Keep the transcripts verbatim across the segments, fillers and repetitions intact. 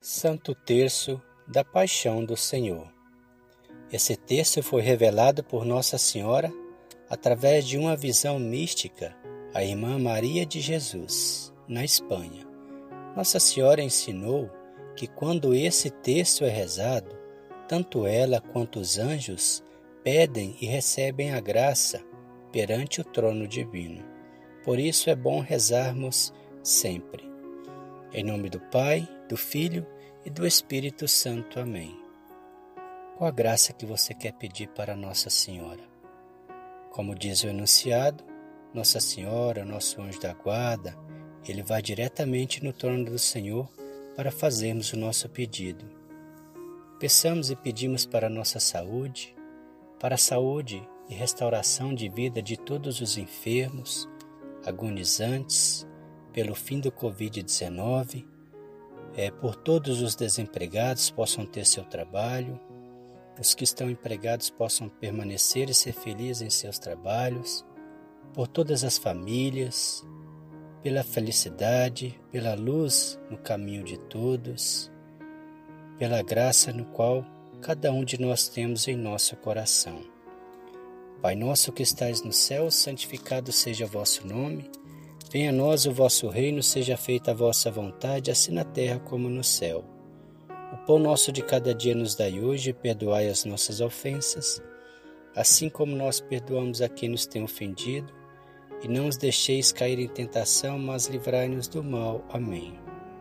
Santo Terço da Paixão do Senhor. Esse terço foi revelado por Nossa Senhora através de uma visão mística à Irmã Maria de Jesus, na Espanha. Nossa Senhora ensinou que quando esse terço é rezado, tanto ela quanto os anjos pedem e recebem a graça perante o trono divino. Por isso é bom rezarmos sempre. Em nome do Pai, do Filho e do Espírito Santo. Amém. Qual a graça que você quer pedir para Nossa Senhora? Como diz o enunciado, Nossa Senhora, nosso anjo da guarda, ele vai diretamente no trono do Senhor para fazermos o nosso pedido. Peçamos e pedimos para a nossa saúde, para a saúde e restauração de vida de todos os enfermos, agonizantes, pelo fim do covid dezenove, é, por todos os desempregados possam ter seu trabalho, os que estão empregados possam permanecer e ser felizes em seus trabalhos, por todas as famílias, pela felicidade, pela luz no caminho de todos, pela graça no qual cada um de nós temos em nosso coração. Pai nosso que estais no céu, santificado seja o vosso nome. Venha a nós o vosso reino, seja feita a vossa vontade, assim na terra como no céu. O pão nosso de cada dia nos dai hoje, e perdoai as nossas ofensas, assim como nós perdoamos a quem nos tem ofendido, e não os deixeis cair em tentação, mas livrai-nos do mal. Amém.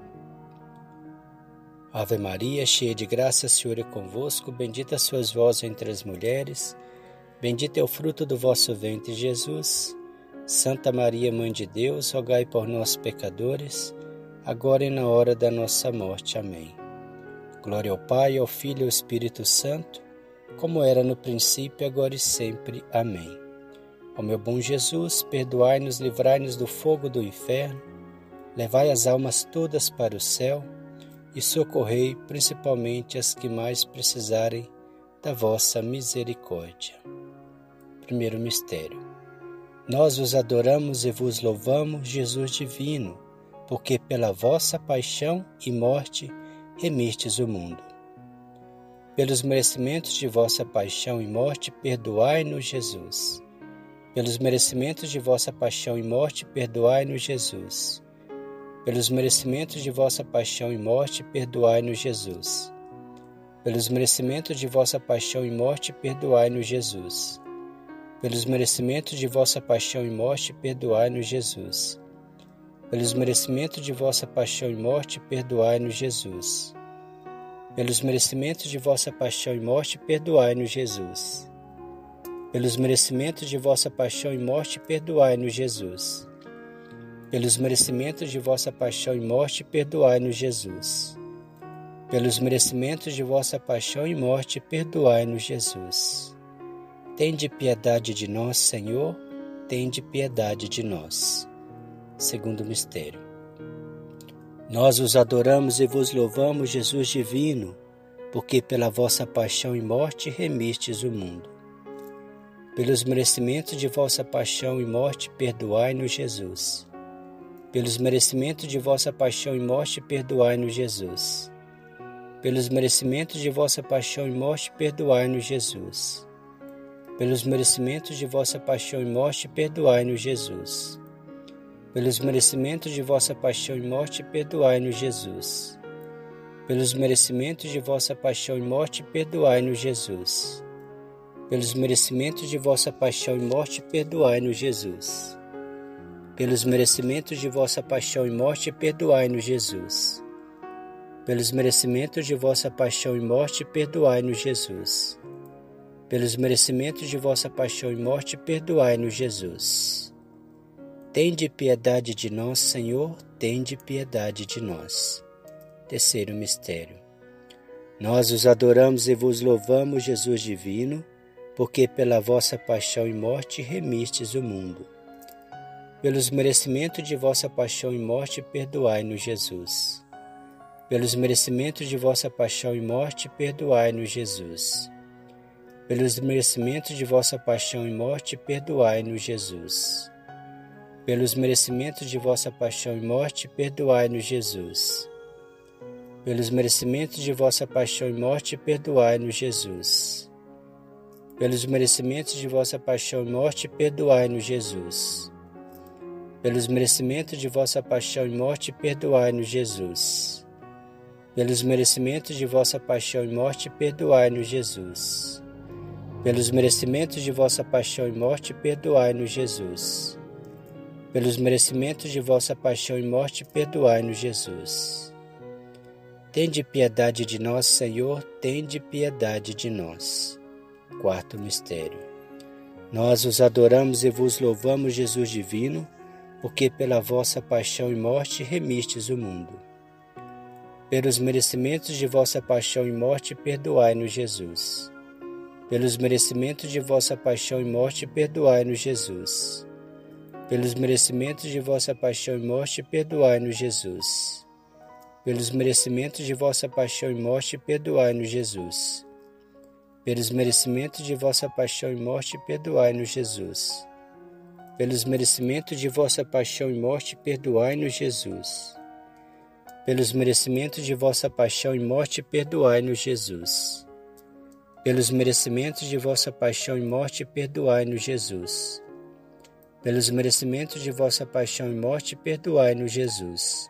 Ave Maria, cheia de graça, o Senhor é convosco, bendita sois vós entre as mulheres, bendito é o fruto do vosso ventre, Jesus. Santa Maria, Mãe de Deus, rogai por nós, pecadores, agora e na hora da nossa morte. Amém. Glória ao Pai, ao Filho e ao Espírito Santo, como era no princípio, agora e sempre. Amém. Ó meu bom Jesus, perdoai-nos, livrai-nos do fogo do inferno, levai as almas todas para o céu e socorrei principalmente as que mais precisarem da vossa misericórdia. Primeiro mistério. Nós vos adoramos e vos louvamos, Jesus divino, porque pela vossa paixão e morte remistes o mundo. Pelos merecimentos de vossa paixão e morte, perdoai-nos, Jesus. Pelos merecimentos de vossa paixão e morte, perdoai-nos, Jesus. Pelos merecimentos de vossa paixão e morte, perdoai-nos, Jesus. Pelos merecimentos de vossa paixão e morte, perdoai-nos, Jesus. Pelos merecimentos de vossa paixão e morte, perdoai-nos, Jesus. Pelos merecimentos de vossa paixão e morte, perdoai-nos, Jesus. Pelos merecimentos de vossa paixão e morte, perdoai-nos, Jesus. Pelos merecimentos de vossa paixão e morte, perdoai-nos, Jesus. Pelos merecimentos de vossa paixão e morte, perdoai-nos, Jesus. Pelos merecimentos de vossa paixão e morte, perdoai-nos, Jesus. Tende piedade de nós, Senhor, tende piedade de nós. Segundo mistério. Nós os adoramos e vos louvamos, Jesus divino, porque pela vossa paixão e morte remistes o mundo. Pelos merecimentos de vossa paixão e morte, perdoai-nos, Jesus. Pelos merecimentos de vossa paixão e morte, perdoai-nos, Jesus. Pelos merecimentos de vossa paixão e morte, perdoai-nos, Jesus. Pelos merecimentos de vossa paixão e morte, perdoai-nos, Jesus. Pelos merecimentos de vossa paixão e morte, perdoai-nos, Jesus. Pelos merecimentos de vossa paixão e morte, perdoai-nos, Jesus. Pelos merecimentos de vossa paixão e morte, perdoai-nos, Jesus. Pelos merecimentos de vossa paixão e morte, perdoai-nos, Jesus. Pelos merecimentos de vossa paixão e morte, perdoai-nos, Jesus. Pelos merecimentos de vossa paixão e morte, perdoai-nos, Jesus. Tende piedade de nós, Senhor, tende piedade de nós. Terceiro mistério. Nós os adoramos e vos louvamos, Jesus divino, porque pela vossa paixão e morte remistes o mundo. Pelos merecimentos de vossa paixão e morte, perdoai-nos, Jesus. Pelos merecimentos de vossa paixão e morte, perdoai-nos, Jesus. Pelos merecimentos de vossa paixão e morte, perdoai-nos, Jesus. Pelos merecimentos de vossa paixão e morte, perdoai-nos, Jesus. Pelos merecimentos de vossa paixão e morte, perdoai-nos, Jesus. Pelos merecimentos de vossa paixão e morte, perdoai-nos, Jesus. Pelos merecimentos de vossa paixão e morte, perdoai-nos, Jesus. Pelos merecimentos de vossa paixão e morte, perdoai-nos, Jesus. Pelos merecimentos de vossa paixão e morte, perdoai-nos, Jesus. Pelos merecimentos de vossa paixão e morte, perdoai-nos, Jesus. Tende piedade de nós, Senhor, tende piedade de nós. Quarto mistério. Nós os adoramos e vos louvamos, Jesus divino, porque pela vossa paixão e morte remistes o mundo. Pelos merecimentos de vossa paixão e morte, perdoai-nos, Jesus. Pelos merecimentos de vossa paixão e morte, perdoai-nos, Jesus. Pelos merecimentos de vossa paixão e morte, perdoai-nos, Jesus. Pelos merecimentos de vossa paixão e morte, perdoai-nos, Jesus. Pelos merecimentos de vossa paixão e morte, perdoai-nos, Jesus. Pelos merecimentos de vossa paixão e morte, perdoai-nos, Jesus. Pelos merecimentos de vossa paixão e morte, perdoai-nos, Jesus. Pelos merecimentos de vossa paixão e morte, perdoai-nos, Jesus. Pelos merecimentos de vossa paixão e morte, perdoai-nos, Jesus.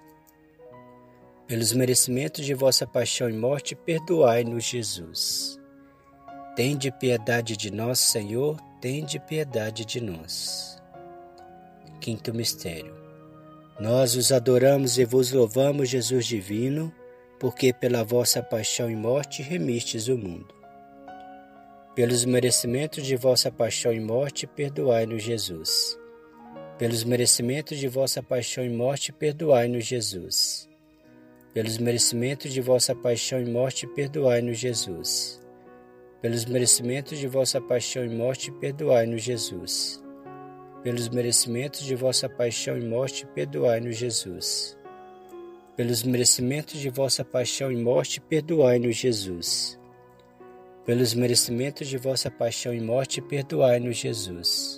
Pelos merecimentos de vossa paixão e morte, perdoai-nos, Jesus. Tende piedade de nós, Senhor, tende piedade de nós. Quinto mistério. Nós os adoramos e vos louvamos, Jesus divino, porque pela vossa paixão e morte remistes o mundo. Pelos merecimentos de vossa paixão e morte, perdoai-nos, Jesus. Pelos merecimentos de vossa paixão e morte, perdoai-nos, Jesus. Pelos merecimentos de vossa paixão e morte, perdoai-nos, Jesus. Pelos merecimentos de vossa paixão e morte, perdoai-nos, Jesus. Pelos merecimentos de vossa paixão e morte, perdoai-nos, Jesus. Pelos merecimentos de vossa paixão e morte, perdoai-nos, Jesus. Pelos merecimentos de vossa paixão e morte, perdoai-nos, Jesus.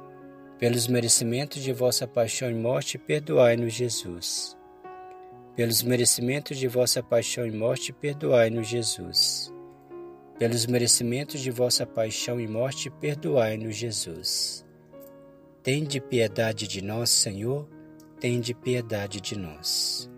Pelos merecimentos de vossa paixão e morte, perdoai-nos, Jesus. Pelos merecimentos de vossa paixão e morte, perdoai-nos, Jesus. Pelos merecimentos de vossa paixão e morte, perdoai-nos, Jesus. Tende piedade de nós, Senhor, tende piedade de nós.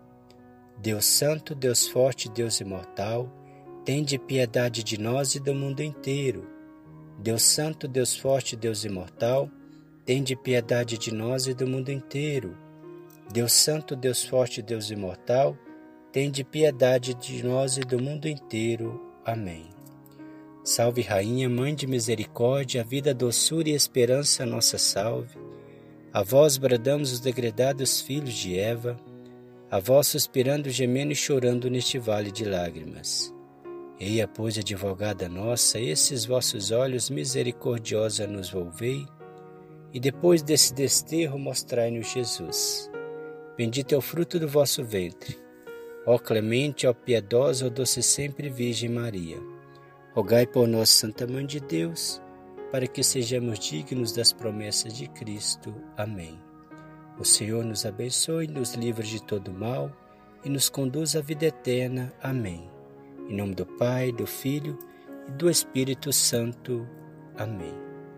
Deus Santo, Deus Forte, Deus Imortal, tende piedade de nós e do mundo inteiro. Deus Santo, Deus Forte, Deus Imortal, tende piedade de nós e do mundo inteiro. Deus Santo, Deus Forte, Deus Imortal, tende piedade de nós e do mundo inteiro. Amém. Salve Rainha, Mãe de Misericórdia, a vida, doçura e esperança, nossa salve. A vós bradamos os degredados filhos de Eva, a vós suspirando, gemendo e chorando neste vale de lágrimas. Eia, pois, advogada nossa, esses vossos olhos misericordiosa nos volvei, e depois desse desterro mostrai-nos Jesus. Bendito é o fruto do vosso ventre. Ó clemente, ó piedosa, ó doce sempre Virgem Maria. Rogai por nós, Santa Mãe de Deus, para que sejamos dignos das promessas de Cristo. Amém. O Senhor nos abençoe, nos livre de todo mal e nos conduz à vida eterna. Amém. Em nome do Pai, do Filho e do Espírito Santo. Amém.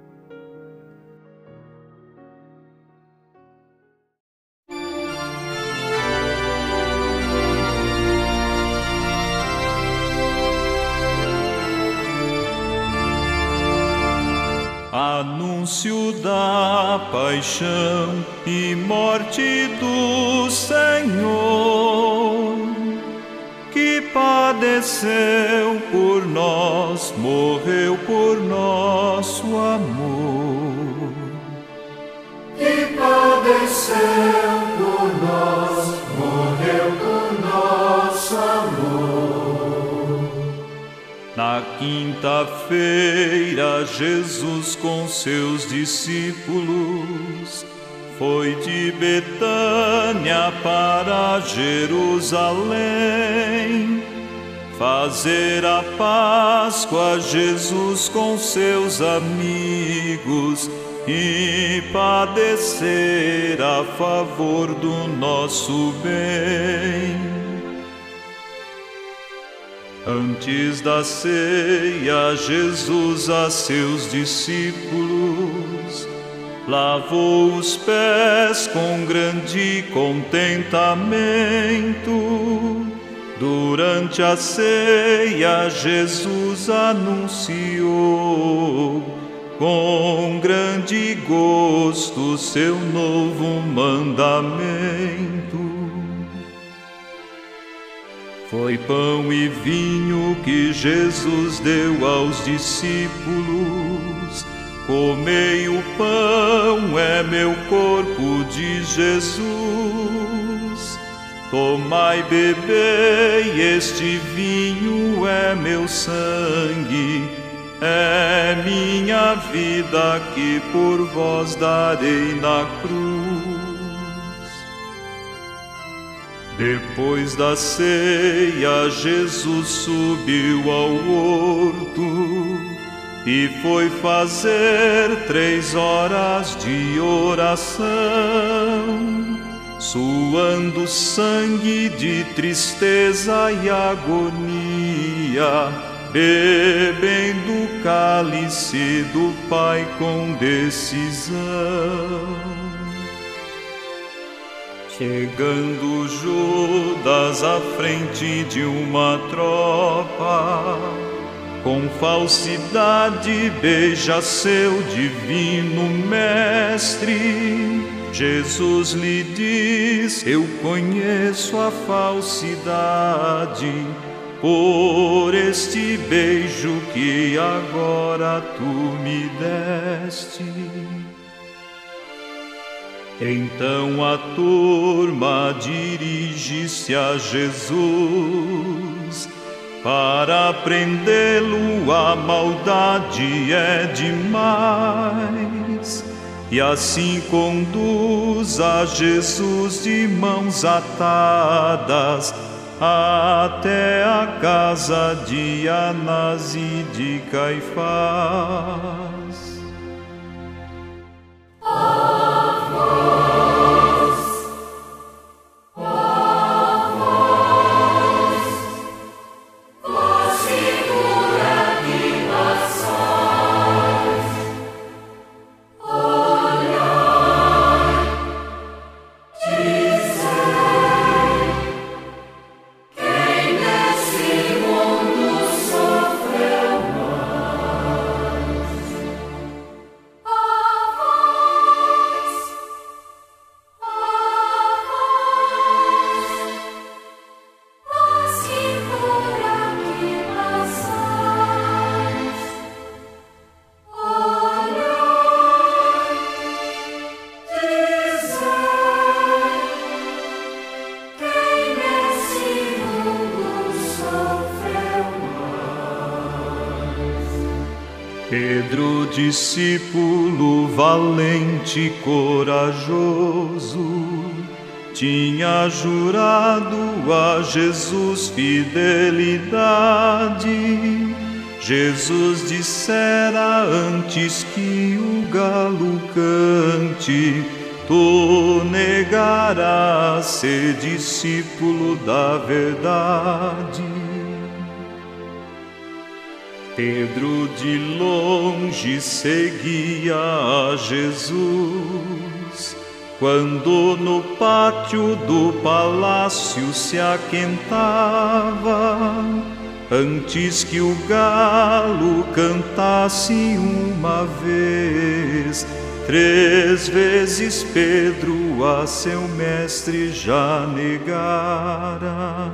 Anúncio da paixão e morte do Senhor, que padeceu por nós, morreu por nosso amor. Que padeceu por nós, morreu por nosso amor. Na quinta-feira, Jesus com seus discípulos foi de Betânia para Jerusalém fazer a Páscoa. Jesus com seus amigos e padecer a favor do nosso bem. Antes da ceia, Jesus a seus discípulos lavou os pés com grande contentamento. Durante a ceia, Jesus anunciou com grande gosto seu novo mandamento. Foi pão e vinho que Jesus deu aos discípulos. Comei o pão, é meu corpo, diz Jesus. Tomai, bebei, este vinho é meu sangue, é minha vida que por vós darei na cruz. Depois da ceia, Jesus subiu ao horto e foi fazer três horas de oração, suando sangue de tristeza e agonia, bebendo o cálice do Pai com decisão. Chegando Judas à frente de uma tropa, com falsidade beija seu divino mestre. Jesus lhe diz: eu conheço a falsidade, por este beijo que agora tu me deste. Então a turma dirige-se a Jesus. Para prendê-lo a maldade é demais, e assim conduz a Jesus de mãos atadas até a casa de Anás e de Caifás. Pedro, discípulo valente e corajoso, tinha jurado a Jesus fidelidade. Jesus dissera antes que o galo cante: tu negarás ser discípulo da verdade. Pedro de longe seguia a Jesus, quando no pátio do palácio se aquentava, antes que o galo cantasse uma vez, três vezes Pedro a seu mestre já negara.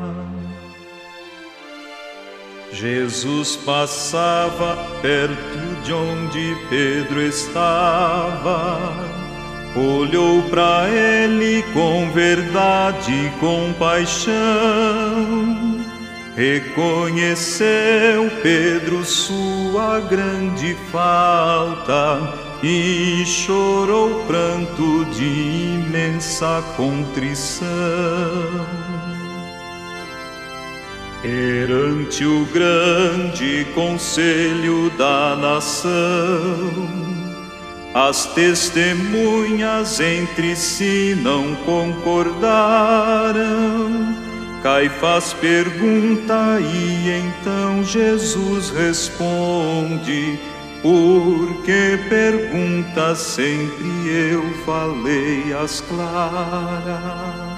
Jesus passava perto de onde Pedro estava, olhou para ele com verdade e compaixão, reconheceu Pedro sua grande falta e chorou pranto de imensa contrição. Perante o grande conselho da nação, as testemunhas entre si não concordaram, Caifás pergunta e então Jesus responde: por que pergunta? Sempre eu falei às claras.